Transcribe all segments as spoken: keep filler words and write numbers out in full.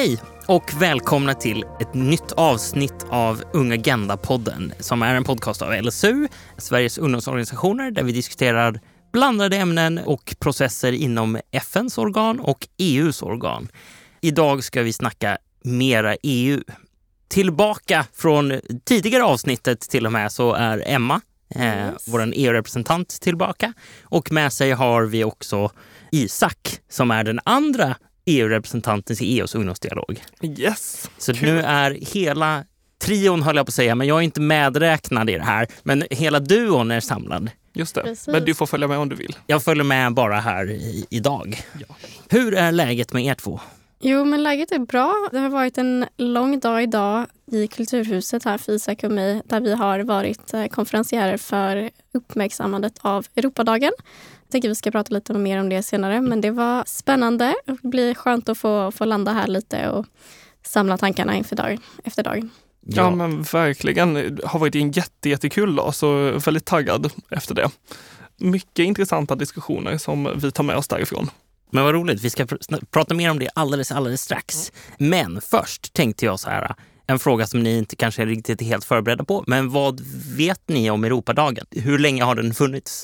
Hej och välkomna till ett nytt avsnitt av Ung Agenda-podden som är en podcast av L S U, Sveriges ungdomsorganisationer, där vi diskuterar blandade ämnen och processer inom F N:s organ och E U:s organ. Idag ska vi snacka mera E U. Tillbaka från tidigare avsnittet till och med så är Emma, eh, yes. vår E U-representant, tillbaka. Och med sig har vi också Isak som är den andra E U-representanten till E U:s ungdomsdialog. Yes. Så cool. Nu är hela trion, höll jag på att säga, men jag är inte medräknad i det här. Men hela duon är samlad. Just det, Precis. Men du får följa med om du vill. Jag följer med bara här i, idag. Ja. Hur är läget med er två? Jo, men läget är bra. Det har varit en lång dag idag i Kulturhuset här för Isak och mig, där vi har varit konferencierer för uppmärksammandet av Europadagen. Jag tänker vi ska prata lite mer om det senare, men det var spännande. Det blir skönt att få, få landa här lite och samla tankarna inför dag, efter dagen. Ja. ja, men verkligen. Det har varit en jätte, jättekul dag, så väldigt taggad efter det. Mycket intressanta diskussioner som vi tar med oss därifrån. Men vad roligt, vi ska pr- prata mer om det alldeles, alldeles strax. Men först tänkte jag så här, en fråga som ni inte kanske är riktigt helt förberedda på. Men vad vet ni om Europadagen? Hur länge har den funnits?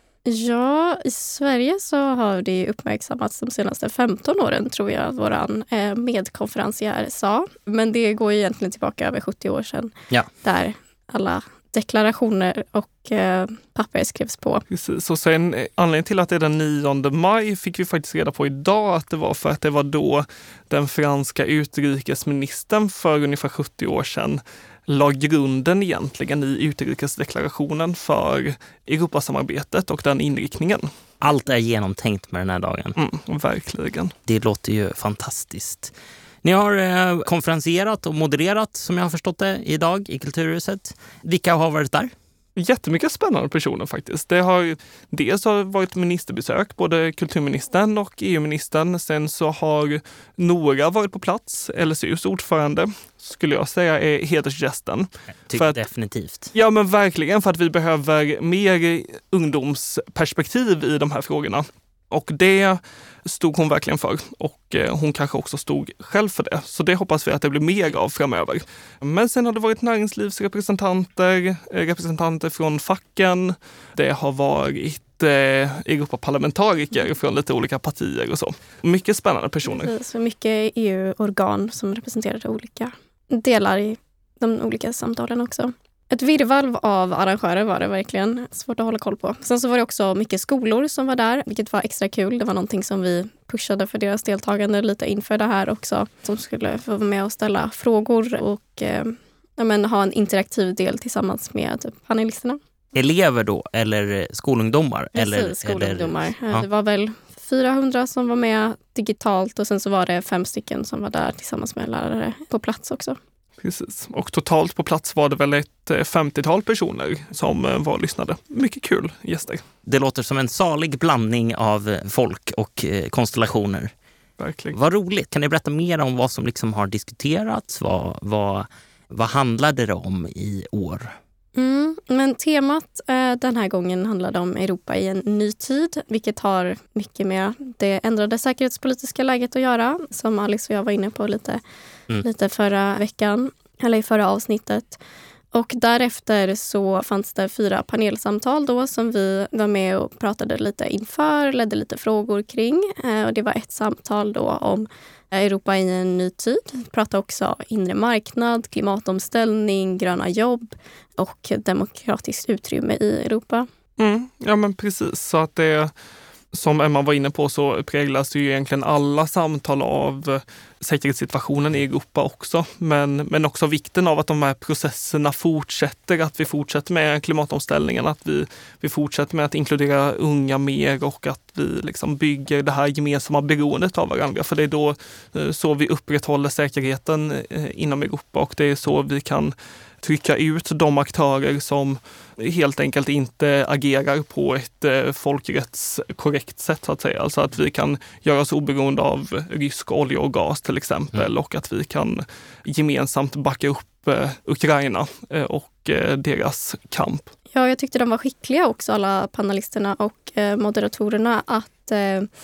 Ja, i Sverige så har det uppmärksammats de senaste femton åren, tror jag att våran medkonferencier sa. Men det går ju egentligen tillbaka över sjuttio år sedan. Ja. Där alla deklarationer och eh, papper skrevs på. Precis, och sen anledningen till att det är den nionde maj fick vi faktiskt reda på idag att det var för att det var då den franska utrikesministern för ungefär sjuttio år sedan la grunden egentligen i utrikesdeklarationen för Europasamarbetet och den inriktningen. Allt är genomtänkt med den här dagen. Mm, verkligen. Det låter ju fantastiskt. Ni har eh, konferenserat och modererat, som jag har förstått det, idag i Kulturhuset. Vilka har varit där? Jättemycket spännande personer faktiskt. Det har dels har varit ministerbesök, både kulturministern och E U-ministern. Sen så har Nora varit på plats, L S U:s ordförande, skulle jag säga är hedersgästen. Tycker att, definitivt. Ja, men verkligen, för att vi behöver mer ungdomsperspektiv i de här frågorna. Och det stod hon verkligen för, och hon kanske också stod själv för det. Så det hoppas vi att det blir mer av framöver. Men sen har det varit näringslivsrepresentanter, representanter från facken. Det har varit eh, Europaparlamentariker från lite olika partier och så. Mycket spännande personer. Precis, så mycket E U-organ som representerade olika delar i de olika samtalen också. Ett virrvalv av arrangörer var det verkligen. Svårt att hålla koll på. Sen så var det också mycket skolor som var där, vilket var extra kul. Det var någonting som vi pushade för deras deltagande lite inför det här också. Som skulle få vara med och ställa frågor och eh, ja, men, ha en interaktiv del tillsammans med panelisterna. Elever då, eller skolungdomar? Precis, eller, skolungdomar. Eller, ja. Det var väl fyrahundra som var med digitalt och sen så var det fem stycken som var där tillsammans med lärare på plats också. Precis. Och totalt på plats var det väl ett femtiotal personer som var och lyssnade. Mycket kul gäster. Det låter som en salig blandning av folk och eh, konstellationer. Verkligen. Vad roligt. Kan ni berätta mer om vad som liksom har diskuterats? Vad, vad, vad handlade det om i år? Mm, men temat eh, den här gången handlade om Europa i en ny tid, vilket har mycket med det ändrade säkerhetspolitiska läget att göra, som Alice och jag var inne på lite, mm. lite förra veckan, eller i förra avsnittet. Och därefter så fanns det fyra panelsamtal då som vi var med och pratade lite inför, ledde lite frågor kring. Eh, och det var ett samtal då om Europa i en ny tid. Vi pratade också inre marknad, klimatomställning, gröna jobb och demokratiskt utrymme i Europa. Mm, ja men precis, så att det, som Emma var inne på, så präglas ju egentligen alla samtal av säkerhetssituationen i Europa också. Men, men också vikten av att de här processerna fortsätter, att vi fortsätter med klimatomställningen, att vi, vi fortsätter med att inkludera unga mer och att vi liksom bygger det här gemensamma beroendet av varandra. För det är då så vi upprätthåller säkerheten inom Europa, och det är så vi kan trycka ut de aktörer som helt enkelt inte agerar på ett eh, folkrättskorrekt sätt, så att säga. Alltså att vi kan göra oss oberoende av rysk olja och gas till exempel, mm. och att vi kan gemensamt backa upp eh, Ukraina eh, och eh, deras kamp. Ja, jag tyckte de var skickliga också, alla panelisterna och eh, moderatorerna, att eh,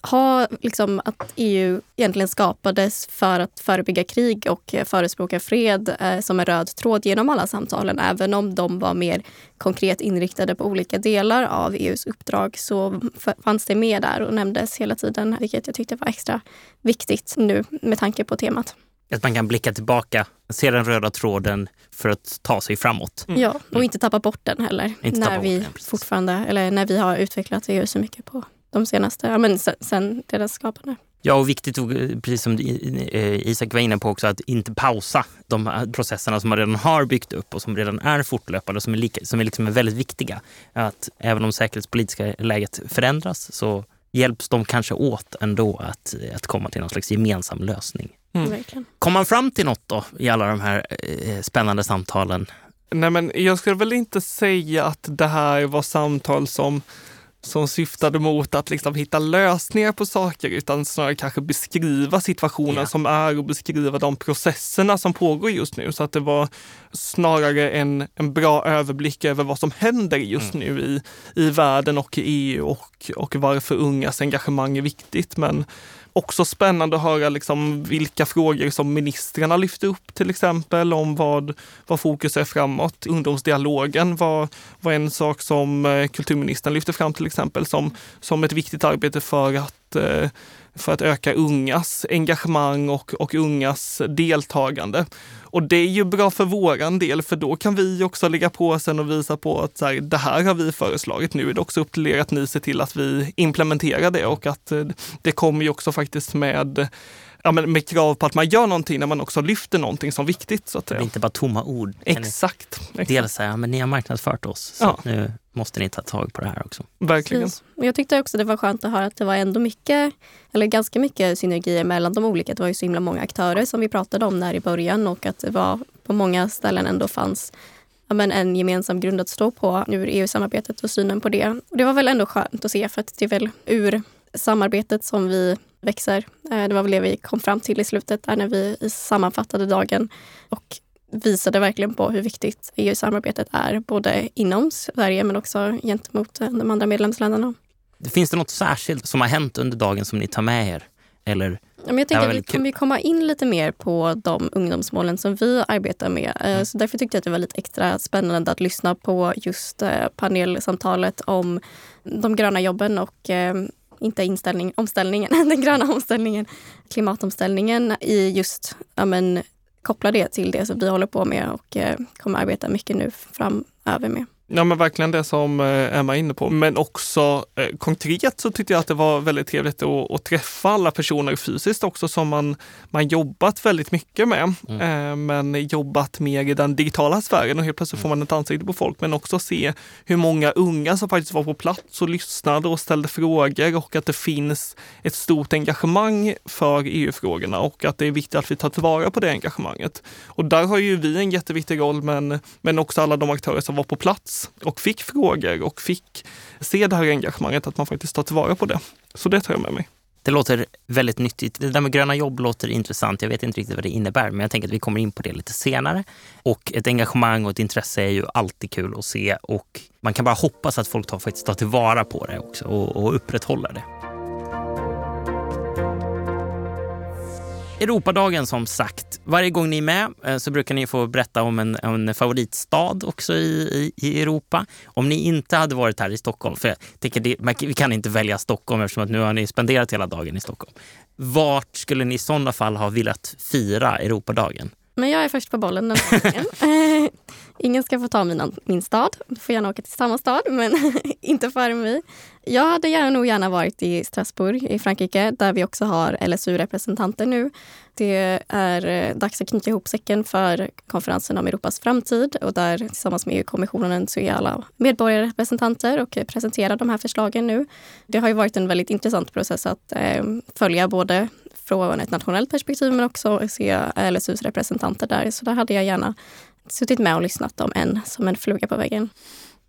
ha liksom att E U egentligen skapades för att förebygga krig och förespråka fred eh, som en röd tråd genom alla samtalen. Även om de var mer konkret inriktade på olika delar av E U:s uppdrag så fanns det med där och nämndes hela tiden, vilket jag tyckte var extra viktigt nu med tanke på temat. Att man kan blicka tillbaka, se den röda tråden för att ta sig framåt. Mm. Ja, och inte tappa bort den heller. Inte när vi den, fortfarande, eller när vi har utvecklat E U så mycket på de senaste, ja men sen, sen deras skapande. Ja, och viktigt, precis som Isak var inne på också, att inte pausa de här processerna som man redan har byggt upp och som redan är fortlöpande och som är, lika, som är liksom väldigt viktiga. Att även om säkerhetspolitiska läget förändras så hjälps de kanske åt ändå att, att komma till någon slags gemensam lösning. Mm. Verkligen. Kom man fram till något då i alla de här eh, spännande samtalen? Nej, men jag skulle väl inte säga att det här var samtal som som syftade mot att liksom hitta lösningar på saker utan snarare kanske beskriva situationen yeah. som är och beskriva de processerna som pågår just nu. Så att det var snarare en, en bra överblick över vad som händer just mm. nu i, i världen och i E U och, och varför ungas engagemang är viktigt. Men också spännande att höra liksom vilka frågor som ministrarna lyfter upp till exempel om vad, vad fokus är framåt. Ungdomsdialogen var, var en sak som kulturministern lyfte fram till exempel som, som ett viktigt arbete för att, för att öka ungas engagemang och, och ungas deltagande. Och det är ju bra för våran del för då kan vi också lägga på sen och visa på att så här, det här har vi föreslagit. Nu är det också upp till er att ni ser till att vi implementerar det och att det kommer ju också faktiskt med, ja, men med krav på att man gör någonting när man också lyfter någonting som viktigt. Så att, det är inte bara tomma ord. Exakt. exakt. Dels säga, ja, men ni har marknadsfört oss så ja. Nu måste ni ta tag på det här också. Verkligen. Precis. Jag tyckte också det var skönt att höra att det var ändå mycket, eller ganska mycket synergier mellan de olika. Det var ju så himla många aktörer som vi pratade om där i början och att det var på många ställen ändå fanns ja, men en gemensam grund att stå på ur E U-samarbetet och synen på det. Och det var väl ändå skönt att se för att det är väl ur samarbetet som vi växer. Det var väl det vi kom fram till i slutet där när vi sammanfattade dagen och visade verkligen på hur viktigt E U-samarbetet är både inom Sverige men också gentemot de andra medlemsländerna. Finns det något särskilt som har hänt under dagen som ni tar med er? Eller? Ja, men jag tänker att vi kommer komma in lite mer på de ungdomsmålen som vi arbetar med. Mm. Så därför tyckte jag att det var lite extra spännande att lyssna på just panelsamtalet om de gröna jobben och inte inställning, omställningen, den gröna omställningen, klimatomställningen i just, ja men, koppla det till det som vi håller på med och eh, kommer arbeta mycket nu framöver med. Ja, men verkligen det som Emma är inne på. Men också eh, konkret så tyckte jag att det var väldigt trevligt att, att träffa alla personer fysiskt också som man, man jobbat väldigt mycket med. Mm. Eh, men jobbat mer i den digitala sfären och helt plötsligt får man ett ansikte på folk. Men också se hur många unga som faktiskt var på plats och lyssnade och ställde frågor och att det finns ett stort engagemang för E U-frågorna och att det är viktigt att vi tar tillvara på det engagemanget. Och där har ju vi en jätteviktig roll men, men också alla de aktörer som var på plats och fick frågor och fick se det här engagemanget att man faktiskt tar tillvara på det. Så det tar jag med mig. Det låter väldigt nyttigt. Det där med gröna jobb låter intressant. Jag vet inte riktigt vad det innebär men jag tänker att vi kommer in på det lite senare. Och ett engagemang och ett intresse är ju alltid kul att se och man kan bara hoppas att folk tar, faktiskt tar tillvara på det också och, och upprätthåller det. Europadagen som sagt. Varje gång ni är med så brukar ni få berätta om en, en favoritstad också i, i, i Europa. Om ni inte hade varit här i Stockholm, för jag tänker det, vi kan inte välja Stockholm eftersom att nu har ni spenderat hela dagen i Stockholm. Vart skulle ni i sådana fall ha velat fira Europadagen? Men jag är först på bollen den här gången. Ingen ska få ta min, min stad. Du får gärna åka till samma stad, men inte före mig. Jag hade gärna, nog gärna varit i Strasbourg i Frankrike, där vi också har L S U-representanter nu. Det är dags att knyta ihop säcken för konferensen om Europas framtid och där tillsammans med E U-kommissionen så är alla medborgarrepresentanter och presenterar de här förslagen nu. Det har ju varit en väldigt intressant process att eh, följa både från ett nationellt perspektiv men också se L S U:s representanter där. Så där hade jag gärna suttit med och lyssnat om en som en fluga på väggen.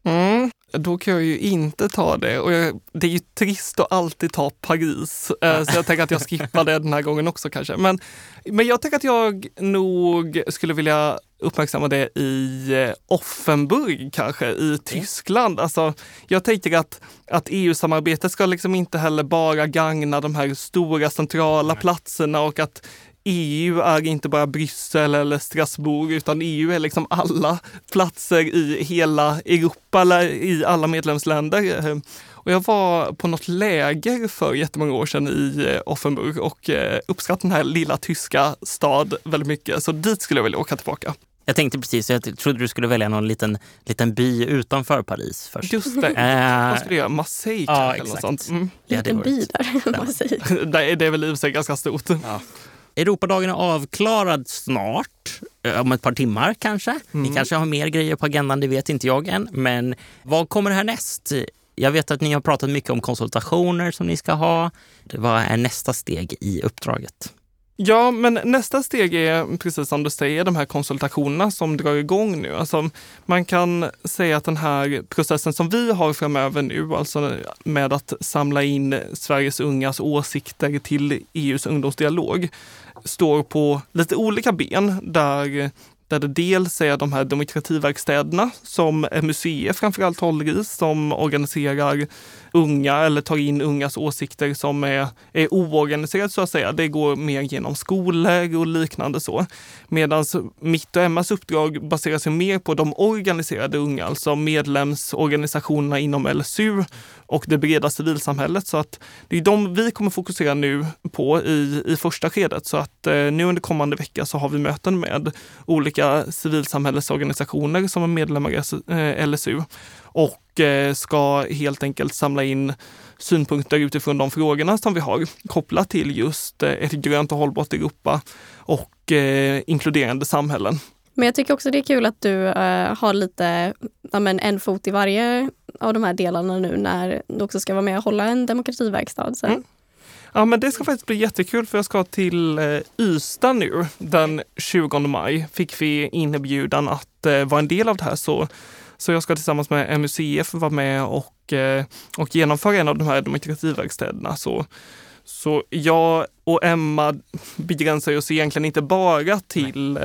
Mm. Då kan jag ju inte ta det. Och jag, det är ju trist att alltid ta Paris. Eh, så jag tänker att jag skippar det den här gången också kanske. Men, men jag tänker att jag nog skulle vilja uppmärksamma det i eh, Offenburg kanske, i Tyskland. Alltså, jag tänker att, att E U-samarbetet ska liksom inte heller bara gagna de här stora centrala platserna och att E U är inte bara Bryssel eller Strasbourg, utan E U är liksom alla platser i hela Europa eller i alla medlemsländer. Och jag var på något läger för jättemånga år sedan i Offenburg och uppskattade den här lilla tyska stad väldigt mycket. Så dit skulle jag vilja åka tillbaka. Jag tänkte precis, jag trodde du skulle välja någon liten, liten by utanför Paris först. Just det, äh, vad skulle jag göra? Marseille ja, eller något sånt. Mm. En liten by där, Marseille. Det är väl i och för sig ganska stort. Ja. Europadagen är avklarad snart, om ett par timmar kanske. Mm. Ni kanske har mer grejer på agendan, det vet inte jag än. Men vad kommer härnäst? Jag vet att ni har pratat mycket om konsultationer som ni ska ha. Vad är nästa steg i uppdraget? Ja, men nästa steg är, precis som du säger, de här konsultationerna som drar igång nu. Alltså, man kan säga att den här processen som vi har framöver nu, alltså med att samla in Sveriges ungas åsikter till E U:s ungdomsdialog, står på lite olika ben där Där det dels är de här demokrativerkstäderna som M U C F framförallt håller i, som organiserar unga eller tar in ungas åsikter som är, är oorganiserade så att säga. Det går mer genom skolor och liknande så. Medan mitt och Emmas uppdrag baserar sig mer på de organiserade unga, alltså medlemsorganisationerna inom L S U och det breda civilsamhället. Så att det är de vi kommer fokusera nu på i, i första skedet. Så att eh, nu under kommande vecka så har vi möten med olika civilsamhällesorganisationer som är medlemmar i eh, L S U och eh, ska helt enkelt samla in synpunkter utifrån de frågorna som vi har kopplat till just eh, ett grönt och hållbart Europa och eh, inkluderande samhällen. Men jag tycker också det är kul att du uh, har lite, ja, men en fot i varje av de här delarna nu när du också ska vara med och hålla en demokrativerkstad sen. Mm. Ja, men det ska faktiskt bli jättekul för jag ska till eh, Ystad nu den tjugonde maj. Fick vi inbjudan att eh, vara en del av det här så, så jag ska tillsammans med M U C F vara med och, eh, och genomföra en av de här demokrativerkstäderna. Så Så jag och Emma begränsar oss egentligen inte bara till,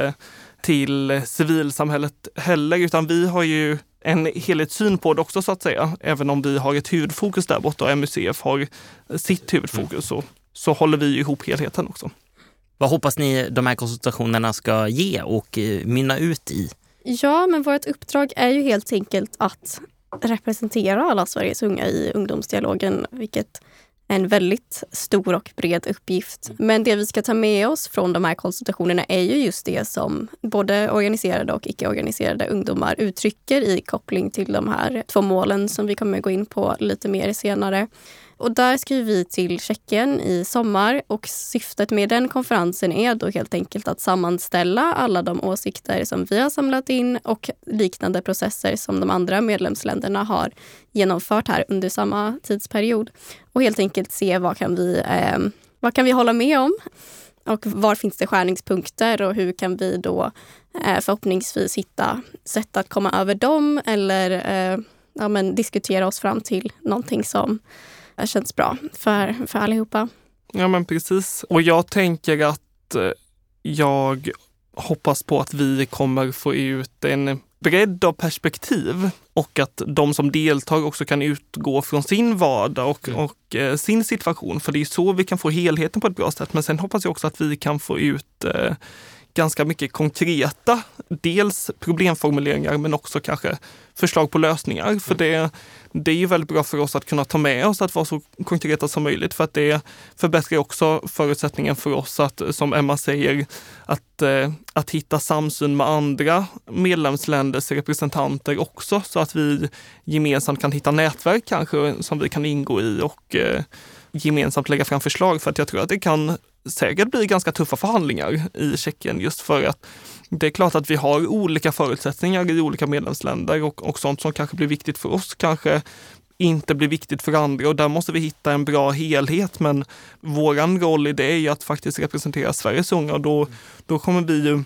till civilsamhället heller, utan vi har ju en helhetssyn på det också så att säga. Även om vi har ett huvudfokus där borta och M U C F har sitt huvudfokus så, så håller vi ihop helheten också. Vad hoppas ni de här konsultationerna ska ge och mynna ut i? Ja, men vårt uppdrag är ju helt enkelt att representera alla Sveriges unga i ungdomsdialogen, vilket en väldigt stor och bred uppgift. Men det vi ska ta med oss från de här konsultationerna är ju just det som både organiserade och icke-organiserade ungdomar uttrycker i koppling till de här två målen som vi kommer gå in på lite mer senare. Och där ska vi till Tjeckien i sommar och syftet med den konferensen är då helt enkelt att sammanställa alla de åsikter som vi har samlat in och liknande processer som de andra medlemsländerna har genomfört här under samma tidsperiod. Och helt enkelt se vad kan vi, eh, vad kan vi hålla med om och var finns det skärningspunkter och hur kan vi då eh, förhoppningsvis hitta sätt att komma över dem eller eh, ja, men diskutera oss fram till någonting som känns bra för, för allihopa. Ja, men precis. Och jag tänker att jag hoppas på att vi kommer få ut en bredd av perspektiv och att de som deltar också kan utgå från sin vardag och, mm. och eh, sin situation. För det är så vi kan få helheten på ett bra sätt. Men sen hoppas jag också att vi kan få ut eh, ganska mycket konkreta, dels problemformuleringar men också kanske förslag på lösningar. För det, det är ju väldigt bra för oss att kunna ta med oss att vara så konkreta som möjligt, för att det förbättrar också förutsättningen för oss att, som Emma säger, att, eh, att hitta samsyn med andra medlemsländers representanter också, så att vi gemensamt kan hitta nätverk kanske som vi kan ingå i och eh, gemensamt lägga fram förslag, för att jag tror att det kan säkert bli ganska tuffa förhandlingar i Tjeckien, just för att det är klart att vi har olika förutsättningar i olika medlemsländer och, och sånt som kanske blir viktigt för oss kanske inte blir viktigt för andra, och där måste vi hitta en bra helhet. Men våran roll i det är ju att faktiskt representera Sveriges unga, och då, då kommer vi ju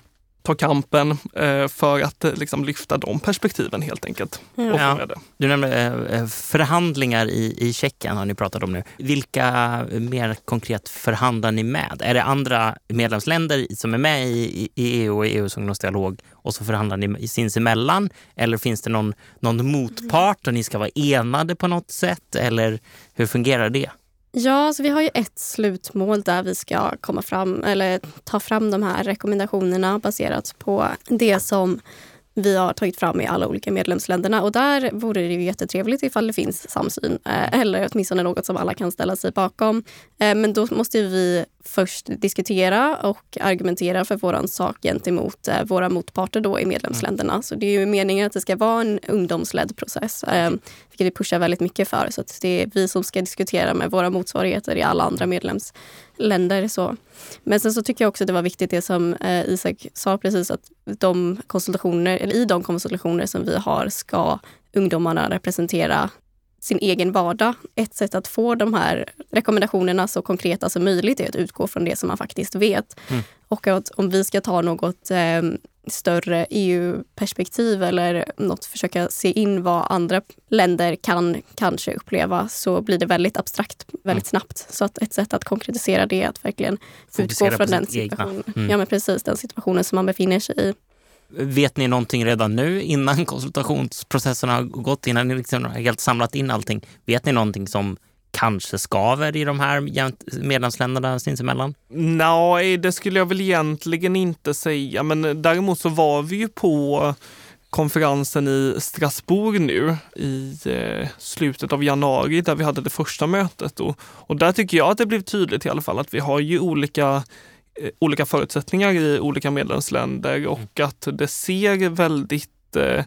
ta kampen eh, för att eh, liksom lyfta de perspektiven helt enkelt. Ja. Och Ja. med det. Du nämnde eh, förhandlingar i, i Tjeckien har ni pratat om nu. Vilka mer konkret förhandlar ni med? Är det andra medlemsländer som är med i, i E U och E U:s ungdomsdialog och så förhandlar ni sinsemellan? Eller finns det någon, någon motpart och ni ska vara enade på något sätt? Eller hur fungerar det? Ja, så vi har ju ett slutmål där vi ska komma fram eller ta fram de här rekommendationerna baserat på det som vi har tagit fram i alla olika medlemsländerna. Och där vore det ju jättetrevligt ifall det finns samsyn eh, eller åtminstone något som alla kan ställa sig bakom. Eh, men då måste vi först diskutera och argumentera för våran sak gentemot eh, våra motparter då i medlemsländerna. Så det är ju meningen att det ska vara en ungdomsledd process, eh, vilket vi pushar väldigt mycket för. Så att det är vi som ska diskutera med våra motsvarigheter i alla andra medlemsländer. Så. Men sen så tycker jag också det var viktigt det som eh, Isak sa precis, att de konsultationer, eller i de konsultationer som vi har ska ungdomarna representera sin egen vardag. Ett sätt att få de här rekommendationerna så konkreta som möjligt är att utgå från det som man faktiskt vet. Mm. Och att om vi ska ta något eh, större E U-perspektiv eller något, försöka se in vad andra länder kan kanske uppleva, så blir det väldigt abstrakt väldigt mm. snabbt. Så att ett sätt att konkretisera det är att verkligen fokusera utgå från den situationen. Mm. Ja, men precis, den situationen som man befinner sig i. Vet ni någonting redan nu innan konsultationsprocessen har gått, innan ni liksom har helt samlat in allting? Vet ni någonting som kanske skaver i de här medlemsländerna sinsemellan? Nej, det skulle jag väl egentligen inte säga. Men däremot så var vi ju på konferensen i Strasbourg nu i eh, slutet av januari där vi hade det första mötet. Och, och där tycker jag att det blev tydligt i alla fall att vi har ju olika olika förutsättningar i olika medlemsländer och att det ser väldigt eh,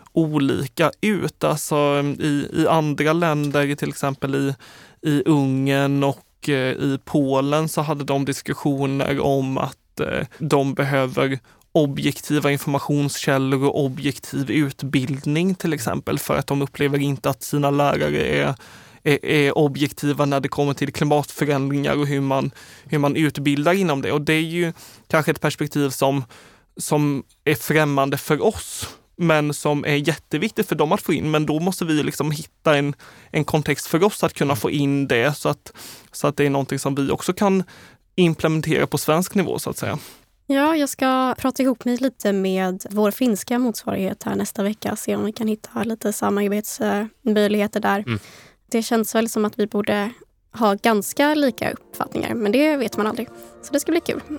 olika ut. Alltså i, i andra länder, till exempel i, i Ungern och eh, i Polen, så hade de diskussioner om att eh, de behöver objektiva informationskällor och objektiv utbildning till exempel, för att de upplever inte att sina lärare är Är, är objektiva när det kommer till klimatförändringar och hur man, hur man utbildar inom det. Och det är ju kanske ett perspektiv som, som är främmande för oss, men som är jätteviktigt för dem att få in. Men då måste vi liksom hitta en, en kontext för oss att kunna få in det, så att, så att det är någonting som vi också kan implementera på svensk nivå så att säga. Ja, jag ska prata ihop mig lite med vår finska motsvarighet här nästa vecka. Se om vi kan hitta lite samarbetsmöjligheter där. Mm. Det känns väl som att vi borde ha ganska lika uppfattningar, men det vet man aldrig. Så det ska bli kul.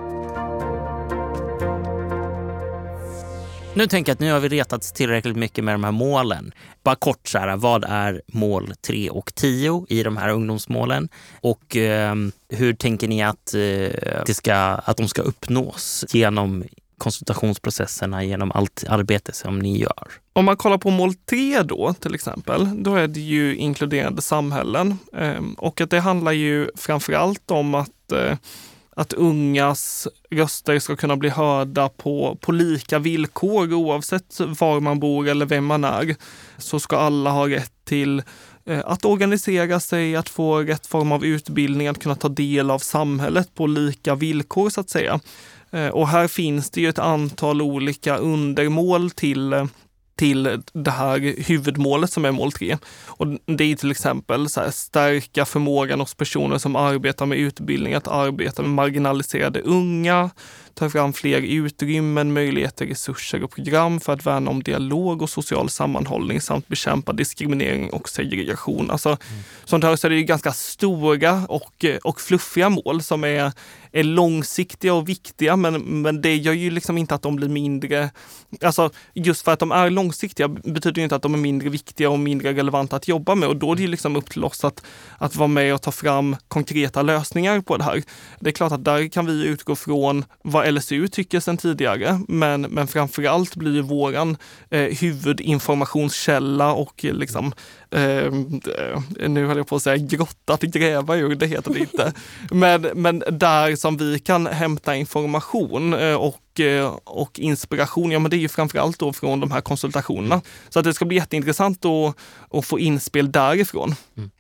Nu tänker jag att nu har vi retats tillräckligt mycket med de här målen. Bara kort så här, vad är mål tre och tio i de här ungdomsmålen? Och eh, hur tänker ni att, eh, det ska, att de ska uppnås genom konsultationsprocesserna, genom allt arbete som ni gör? Om man kollar på mål tre då till exempel, då är det ju inkluderande samhällen. Och att det handlar ju framförallt om att, att ungas röster ska kunna bli hörda på, på lika villkor oavsett var man bor eller vem man är. Så ska alla ha rätt till att organisera sig, att få rätt form av utbildning, att kunna ta del av samhället på lika villkor så att säga. Och här finns det ju ett antal olika undermål till, till det här huvudmålet som är mål tre. Och det är till exempel så här, stärka förmågan hos personer som arbetar med utbildning att arbeta med marginaliserade unga, ta fram fler utrymmen, möjligheter, resurser och program för att värna om dialog och social sammanhållning samt bekämpa diskriminering och segregation. Alltså, mm. sånt här så är det ju ganska stora och, och fluffiga mål som är, är långsiktiga och viktiga, men, men det gör ju liksom inte att de blir mindre, alltså just för att de är långsiktiga betyder ju inte att de är mindre viktiga och mindre relevanta att jobba med, och då är det ju liksom upp till oss att, att vara med och ta fram konkreta lösningar på det här. Det är klart att där kan vi utgå från vad L S U tycker sedan tidigare, men, men framförallt blir ju våran eh, huvudinformationskälla och liksom eh, nu håller jag på att säga grotta att gräva ur, det heter det inte. Men, men där som vi kan hämta information eh, och, eh, och inspiration, ja men det är ju framförallt då från de här konsultationerna. Så att det ska bli jätteintressant att, att få inspel därifrån. Mm.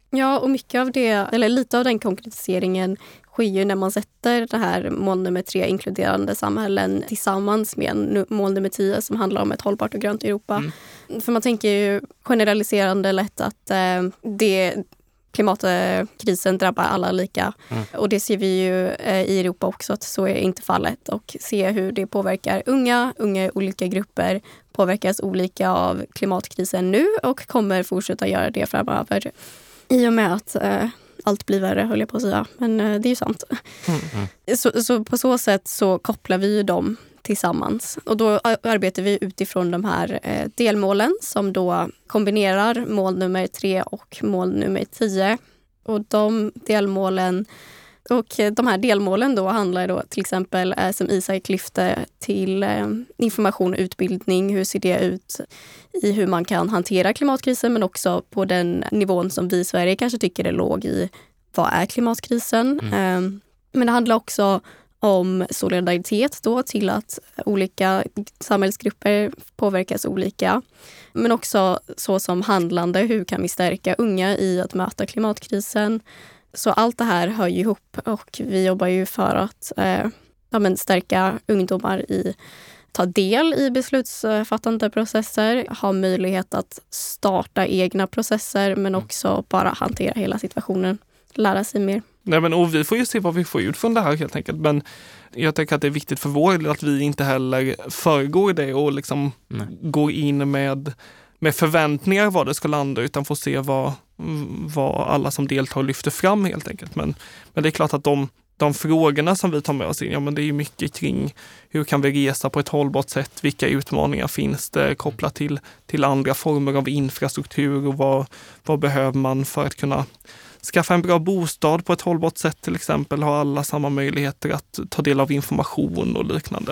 Ja, och mycket av det, eller lite av den konkretiseringen sker ju när man sätter det här mål nummer tre, inkluderande samhällen, tillsammans med mål nummer tio som handlar om ett hållbart och grönt Europa. Mm. För man tänker ju generaliserande lätt att eh, det klimatkrisen drabbar alla lika. Mm. Och det ser vi ju eh, i Europa också, att så är inte fallet. Och se hur det påverkar unga, unga i olika grupper påverkas olika av klimatkrisen nu och kommer fortsätta göra det framöver. I och med att eh, allt blir värre, höll jag på att säga. Men eh, det är ju sant. Mm. Mm. Så, så på så sätt så kopplar vi ju dem tillsammans. Och då arbetar vi utifrån de här eh, delmålen som då kombinerar mål nummer tre och mål nummer tio. Och de delmålen och de här delmålen då handlar då till exempel eh, som Isak lyfte till eh, information och utbildning. Hur ser det ut i hur man kan hantera klimatkrisen, men också på den nivån som vi i Sverige kanske tycker är låg i. Vad är klimatkrisen? Mm. Eh, men det handlar också om solidaritet då till att olika samhällsgrupper påverkas olika. Men också så som handlande, hur kan vi stärka unga i att möta klimatkrisen? Så allt det här hör ju ihop och vi jobbar ju för att eh, ja, men stärka ungdomar i ta del i beslutsfattande processer, ha möjlighet att starta egna processer men också bara hantera hela situationen, lära sig mer. Nej, men, och vi får ju se vad vi får ut från det här helt enkelt. Men jag tänker att det är viktigt för vår del att vi inte heller föregår det och liksom går in med, med förväntningar vad det ska landa, utan får se vad, vad alla som deltar lyfter fram helt enkelt. Men, men det är klart att de, de frågorna som vi tar med oss in, ja, men det är ju mycket kring hur kan vi resa på ett hållbart sätt, vilka utmaningar finns det kopplat till, till andra former av infrastruktur och vad, vad behöver man för att kunna skaffa en bra bostad på ett hållbart sätt till exempel, ha alla samma möjligheter att ta del av information och liknande.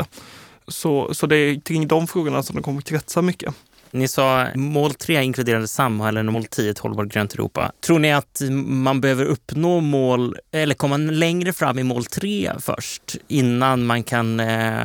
Så, så det är kring de frågorna som det kommer kretsa mycket. Ni sa mål tre inkluderade samhällen och mål tio ett hållbart grönt Europa. Tror ni att man behöver uppnå mål eller komma längre fram i mål tre först innan man kan eh,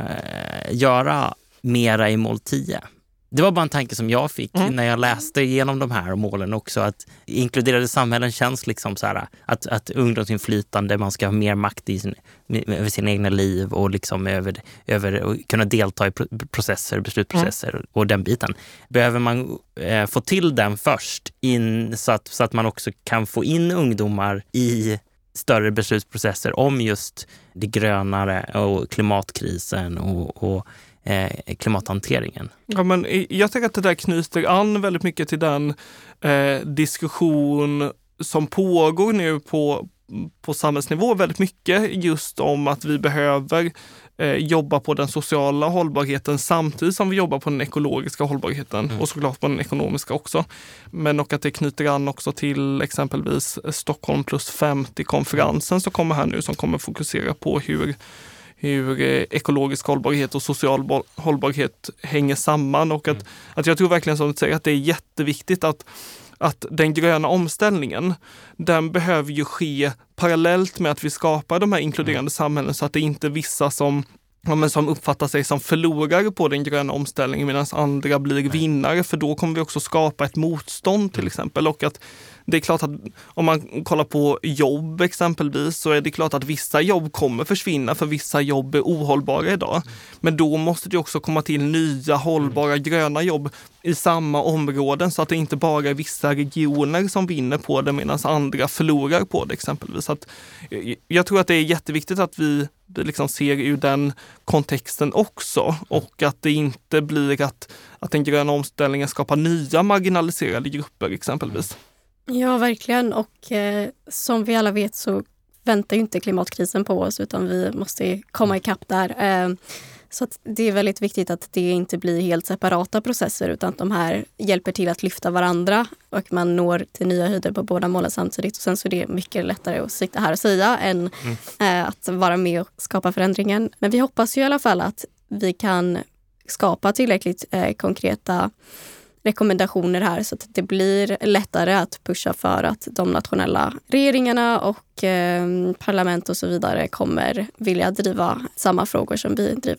göra mera i mål tio? Det var bara en tanke som jag fick mm. när jag läste igenom de här målen också, att inkluderade samhällen känns liksom så här att, att ungdomsinflytande, man ska ha mer makt i sin, över sina egna liv och liksom över, över och kunna delta i processer, beslutsprocesser mm. och den biten. Behöver man eh, få till den först in, så, att, så att man också kan få in ungdomar i större beslutsprocesser om just det grönare och klimatkrisen och, och Eh, klimathanteringen. Ja, men jag tänker att det där knyter an väldigt mycket till den eh, diskussion som pågår nu på, på samhällsnivå väldigt mycket just om att vi behöver eh, jobba på den sociala hållbarheten samtidigt som vi jobbar på den ekologiska hållbarheten mm. och såklart på den ekonomiska också. Men och att det knyter an också till exempelvis Stockholm plus femtio-konferensen som kommer här nu, som kommer fokusera på hur hur ekologisk hållbarhet och social hållbarhet hänger samman, och att, mm. att jag tror verkligen som du säger att det är jätteviktigt att, att den gröna omställningen, den behöver ju ske parallellt med att vi skapar de här inkluderande mm. samhällen, så att det inte är vissa som Ja, men som uppfattar sig som förlorare på den gröna omställningen medan andra blir vinnare, för då kommer vi också skapa ett motstånd till exempel. Och att det är klart att om man kollar på jobb exempelvis, så är det klart att vissa jobb kommer försvinna, för vissa jobb är ohållbara idag. Men då måste det också komma till nya hållbara gröna jobb i samma områden, så att det inte bara är vissa regioner som vinner på det medan andra förlorar på det exempelvis. Så att jag tror att det är jätteviktigt att vi liksom ser ur den kontexten också, och att det inte blir att, att den gröna omställningen skapar nya marginaliserade grupper exempelvis. Ja, verkligen. Och eh, som vi alla vet så väntar ju inte klimatkrisen på oss, utan vi måste komma ikapp där. Eh, så att det är väldigt viktigt att det inte blir helt separata processer, utan att de här hjälper till att lyfta varandra och man når till nya höjder på båda målen samtidigt. Och sen så är det mycket lättare att sitta här och säga än mm. eh, att vara med och skapa förändringen. Men vi hoppas ju i alla fall att vi kan skapa tillräckligt eh, konkreta rekommendationer här, så att det blir lättare att pusha för att de nationella regeringarna och eh, parlament och så vidare kommer vilja driva samma frågor som vi driver.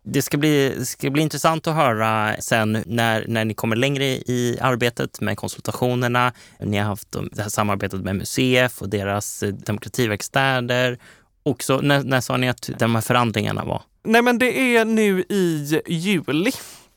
Det ska bli, ska bli intressant att höra sen när, när ni kommer längre i arbetet med konsultationerna. Ni har haft det här samarbetet med M U C F och deras demokrativerkstäder. Också, när, när sa ni att de här förhandlingarna var? Nej, men det är nu i juli.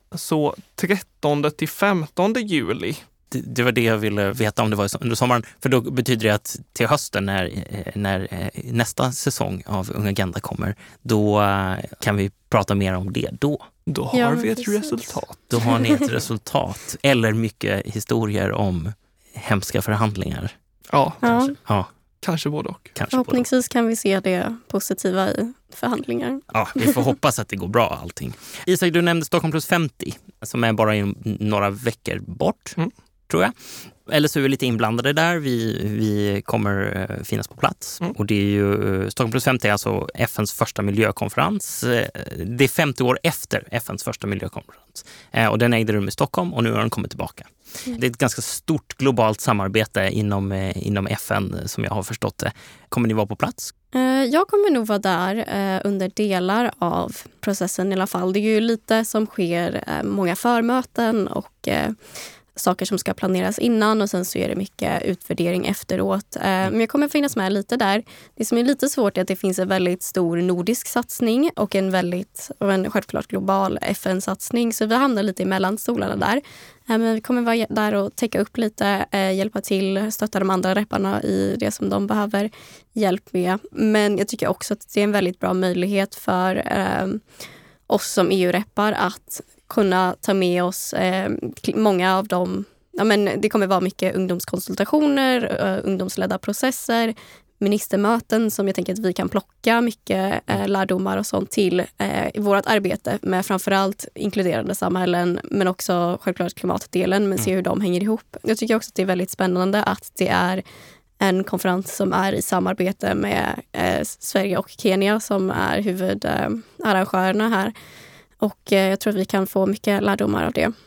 Så trettonde till femtonde juli. Det, det var det jag ville veta om det var under sommaren. För då betyder det att till hösten när, när nästa säsong av Ung Agenda kommer, då kan vi prata mer om det då. Då har ja, vi ett precis. resultat. Då har ni ett resultat. Eller mycket historier om hemska förhandlingar. Ja, Ja. kanske, Ja, kanske både och. kanske Förhoppningsvis kan vi se det positiva i förhandlingar. Ja, vi får hoppas att det går bra allting. Isak, du nämnde Stockholm plus femtio som är bara i några veckor bort, mm. tror jag. L S U är lite inblandade där. Vi, vi kommer finnas på plats. Mm. Och det är ju, Stockholm plus femtio är alltså F N:s första miljökonferens. Det är femtio år efter F N:s första miljökonferens. Och den ägde rum i Stockholm och nu har den kommit tillbaka. Mm. Det är ett ganska stort globalt samarbete inom, inom F N som jag har förstått det. Kommer ni vara på plats? Jag kommer nog vara där under delar av processen i alla fall. Det är ju lite som sker, många förmöten och saker som ska planeras innan och sen så är det mycket utvärdering efteråt. Men jag kommer finnas med lite där. Det som är lite svårt är att det finns en väldigt stor nordisk satsning och en väldigt, och en självklart global F N-satsning. Så vi hamnar lite i mellanstolarna där. Men vi kommer vara där och täcka upp lite, hjälpa till, stötta de andra repparna i det som de behöver hjälp med. Men jag tycker också att det är en väldigt bra möjlighet för eh, oss som E U-reppar att kunna ta med oss eh, många av dem. Ja, men det kommer vara mycket ungdomskonsultationer, uh, ungdomsledda processer, ministermöten som jag tänker att vi kan plocka mycket eh, lärdomar och sånt till eh, i vårt arbete med framförallt inkluderande samhällen men också självklart klimatdelen, men se hur de hänger ihop. Jag tycker också att det är väldigt spännande att det är en konferens som är i samarbete med eh, Sverige och Kenya som är huvudarrangörerna eh, här. Och eh, jag tror att vi kan få mycket lärdomar av det.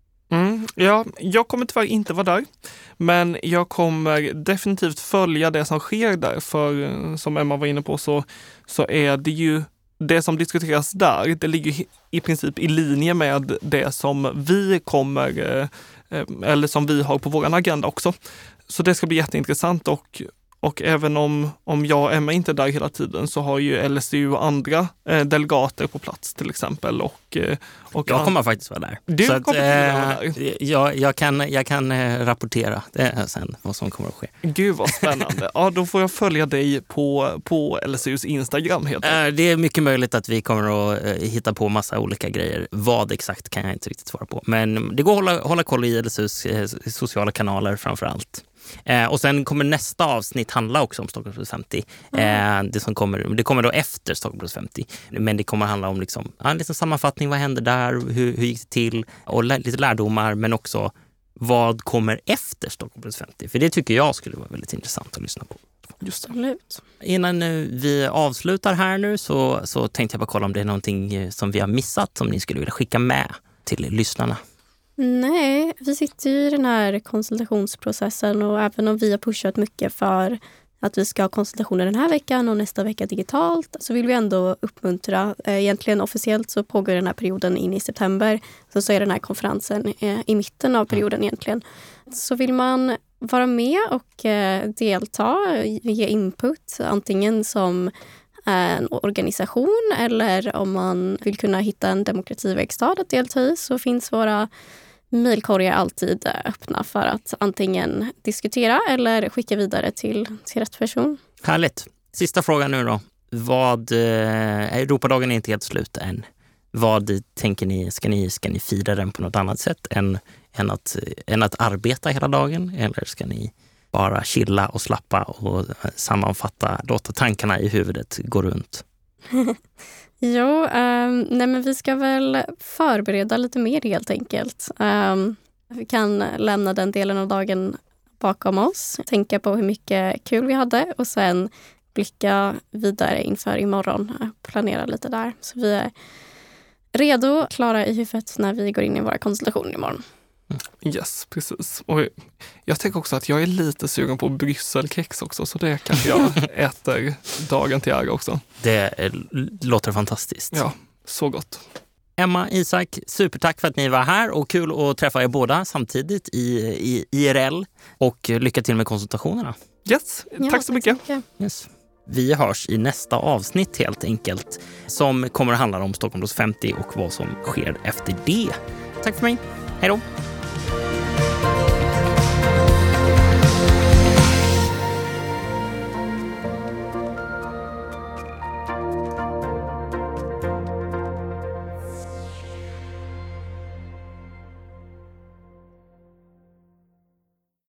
Mm, ja, jag kommer tyvärr inte vara där. Men jag kommer definitivt följa det som sker där. För som Emma var inne på så, så är det ju det som diskuteras där. Det ligger i princip i linje med det som vi kommer eh, eller som vi har på vår agenda också. Så det ska bli jätteintressant och Och även om, om jag och Emma inte är där hela tiden så har ju L S U och andra eh, delegater på plats till exempel. Och, eh, och jag kommer faktiskt vara där. Du så kommer att, vara där. Eh, jag, jag kan, jag kan eh, rapportera det sen vad som kommer att ske. Gud vad spännande. Ja, då får jag följa dig på, på L S U:s Instagram helt enkelt. Eh, det är mycket möjligt att vi kommer att eh, hitta på massa olika grejer. Vad exakt kan jag inte riktigt svara på. Men det går att hålla, hålla koll i L S U:s eh, sociala kanaler framför allt. Eh, och sen kommer nästa avsnitt handla också om Stockholm plus femtio. Mm. Eh, det, som kommer, det kommer då efter Stockholm plus femtio. Men det kommer handla om liksom, en liten sammanfattning. Vad hände där? Hur, hur gick det till? Och lä- lite lärdomar. Men också vad kommer efter Stockholm plus femtio? För det tycker jag skulle vara väldigt intressant att lyssna på. Just det. Innan vi avslutar här nu så, så tänkte jag bara kolla om det är någonting som vi har missat som ni skulle vilja skicka med till lyssnarna. Nej, vi sitter ju i den här konsultationsprocessen och även om vi har pushat mycket för att vi ska ha konsultationer den här veckan och nästa vecka digitalt så vill vi ändå uppmuntra. Egentligen officiellt så pågår den här perioden in i september så, så är den här konferensen i mitten av perioden egentligen. Så vill man vara med och delta, ge input antingen som en organisation eller om man vill kunna hitta en demokrativerkstad att delta i så finns våra mejlkorgar alltid öppna för att antingen diskutera eller skicka vidare till, till rätt person. Härligt. Sista frågan nu då. Vad, eh, Europadagen är inte helt slut än. Vad tänker ni, ska ni, ska ni fira den på något annat sätt än, än, att, än att arbeta hela dagen? Eller ska ni bara chilla och slappa och sammanfatta, låta tankarna i huvudet gå runt? jo, um, nej men vi ska väl förbereda lite mer helt enkelt. Um, vi kan lämna den delen av dagen bakom oss, tänka på hur mycket kul vi hade och sen blicka vidare inför imorgon, planera lite där. Så vi är redo, klara i huvudet när vi går in i våra konsultationer imorgon. Yes, precis. Och jag tänker också att jag är lite sugen på brysselkex också, så det kanske jag äter dagen till ära också. Det låter fantastiskt. Ja, Så gott. Emma, Isak, supertack för att ni var här och kul att träffa er båda samtidigt i, i I R L och lycka till med konsultationerna. Yes, Ja, tack så mycket. mycket. Yes. Vi hörs i nästa avsnitt helt enkelt som kommer att handla om Stockholm plus femtio och vad som sker efter det. Tack för mig. Hej då!